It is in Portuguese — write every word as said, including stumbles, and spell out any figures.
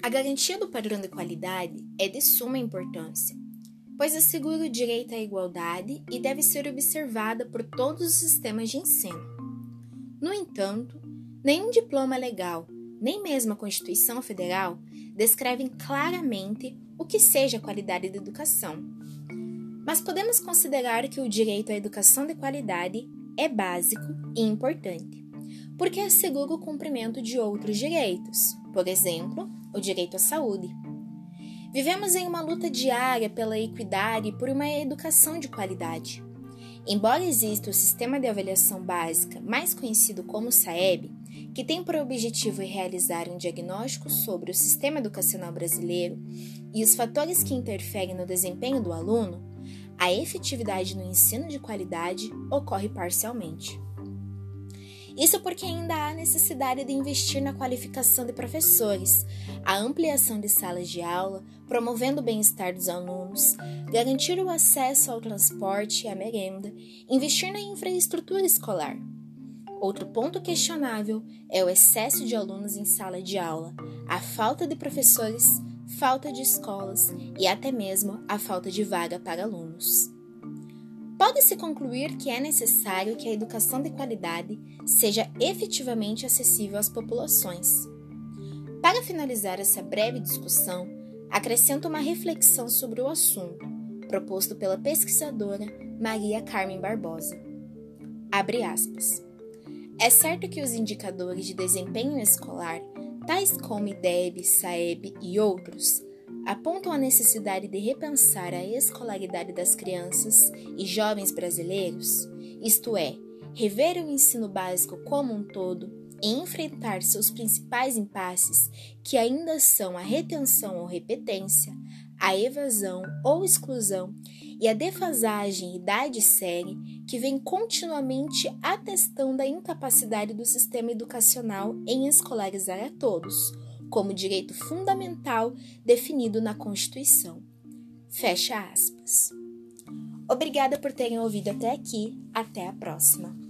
A garantia do padrão de qualidade é de suma importância, pois assegura o direito à igualdade e deve ser observada por todos os sistemas de ensino. No entanto, nenhum diploma legal, nem mesmo a Constituição Federal, descrevem claramente o que seja qualidade da educação. Mas podemos considerar que o direito à educação de qualidade é básico e importante, porque assegura o cumprimento de outros direitos, por exemplo, o direito à saúde. Vivemos em uma luta diária pela equidade e por uma educação de qualidade. Embora exista o Sistema de Avaliação Básica, mais conhecido como SAEB, que tem por objetivo realizar um diagnóstico sobre o sistema educacional brasileiro e os fatores que interferem no desempenho do aluno, a efetividade no ensino de qualidade ocorre parcialmente. Isso porque ainda há necessidade de investir na qualificação de professores, a ampliação de salas de aula, promovendo o bem-estar dos alunos, garantir o acesso ao transporte e à merenda, investir na infraestrutura escolar. Outro ponto questionável é o excesso de alunos em sala de aula, a falta de professores, falta de escolas e até mesmo a falta de vaga para alunos. Pode-se concluir que é necessário que a educação de qualidade seja efetivamente acessível às populações. Para finalizar essa breve discussão, acrescento uma reflexão sobre o assunto, proposto pela pesquisadora Maria Carmen Barbosa. Abre aspas. É certo que os indicadores de desempenho escolar, tais como IDEB, SAEB e outros, apontam a necessidade de repensar a escolaridade das crianças e jovens brasileiros, isto é, rever o ensino básico como um todo e enfrentar seus principais impasses, que ainda são a retenção ou repetência, a evasão ou exclusão e a defasagem idade-série, que vem continuamente atestando a incapacidade do sistema educacional em escolarizar a todos, como direito fundamental definido na Constituição. Fecha aspas. Obrigada por terem ouvido até aqui. Até a próxima.